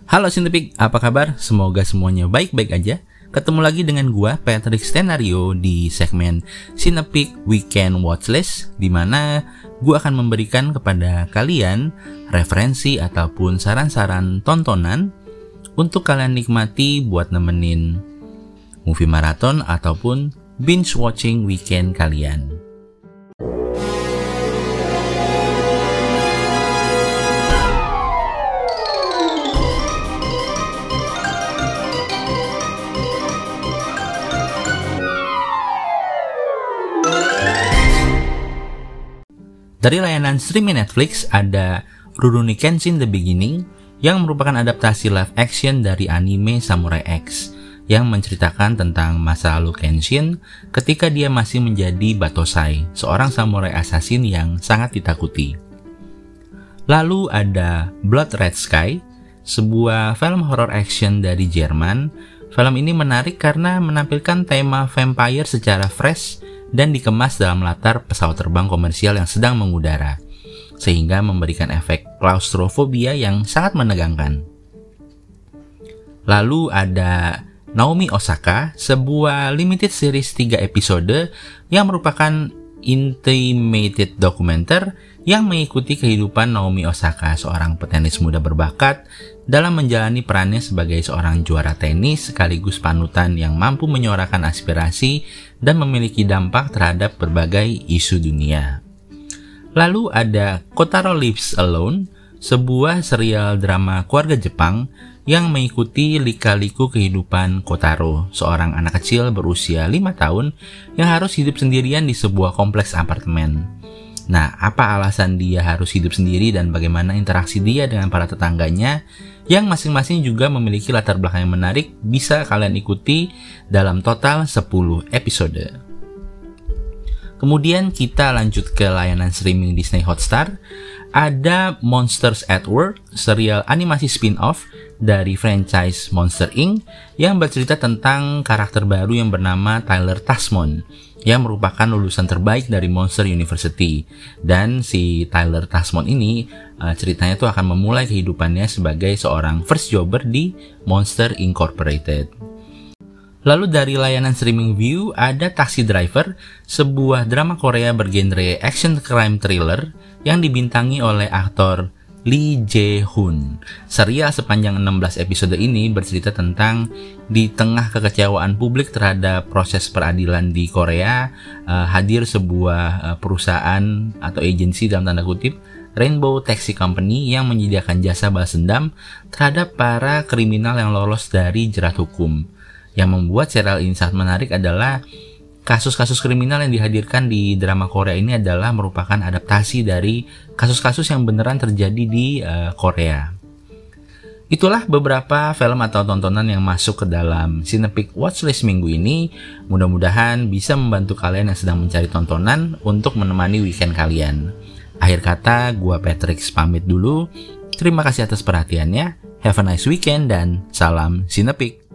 Halo Sinepik, apa kabar? Semoga semuanya baik-baik aja. Ketemu lagi dengan gua, Patrick Stenario, di segmen Sinepik Weekend Watchlist, di mana gua akan memberikan kepada kalian referensi ataupun saran-saran tontonan untuk kalian nikmati buat nemenin movie marathon ataupun binge watching weekend kalian. Dari layanan streaming Netflix ada Rurouni Kenshin The Beginning yang merupakan adaptasi live action dari anime Samurai X yang menceritakan tentang masa lalu Kenshin ketika dia masih menjadi Batosai, seorang samurai assassin yang sangat ditakuti. Lalu ada Blood Red Sky, sebuah film horror action dari Jerman. Film ini menarik karena menampilkan tema vampire secara fresh dan dikemas dalam latar pesawat terbang komersial yang sedang mengudara, sehingga memberikan efek klaustrofobia yang sangat menegangkan. Lalu ada Naomi Osaka, sebuah limited series 3 episode yang merupakan intimated dokumenter yang mengikuti kehidupan Naomi Osaka, seorang petenis muda berbakat dalam menjalani perannya sebagai seorang juara tenis sekaligus panutan yang mampu menyuarakan aspirasi dan memiliki dampak terhadap berbagai isu dunia. Lalu ada Kotaro Lives Alone, sebuah serial drama keluarga Jepang yang mengikuti lika-liku kehidupan Kotaro, seorang anak kecil berusia 5 tahun yang harus hidup sendirian di sebuah kompleks apartemen. Nah, apa alasan dia harus hidup sendiri dan bagaimana interaksi dia dengan para tetangganya yang masing-masing juga memiliki latar belakang yang menarik, bisa kalian ikuti dalam total 10 episode. Kemudian kita lanjut ke layanan streaming Disney Hotstar. Ada Monsters at Work, serial animasi spin-off dari franchise Monster Inc. yang bercerita tentang karakter baru yang bernama Tyler Tasmon yang merupakan lulusan terbaik dari Monster University. Dan si Tyler Tasmon ini ceritanya tuh akan memulai kehidupannya sebagai seorang first jobber di Monster Incorporated. Lalu dari layanan streaming View ada Taxi Driver, sebuah drama Korea bergenre action crime thriller yang dibintangi oleh aktor Lee Jae-hoon. Serial sepanjang 16 episode ini bercerita tentang di tengah kekecewaan publik terhadap proses peradilan di Korea, hadir sebuah perusahaan atau agensi dalam tanda kutip, Rainbow Taxi Company, yang menyediakan jasa balas dendam terhadap para kriminal yang lolos dari jerat hukum. Yang membuat serial ini sangat menarik adalah kasus-kasus kriminal yang dihadirkan di drama Korea ini adalah merupakan adaptasi dari kasus-kasus yang beneran terjadi di Korea. Itulah beberapa film atau tontonan yang masuk ke dalam Sinepik Watchlist minggu ini. Mudah-mudahan bisa membantu kalian yang sedang mencari tontonan untuk menemani weekend kalian. Akhir kata, gua Patrick pamit dulu. Terima kasih atas perhatiannya. Have a nice weekend dan salam Sinepik.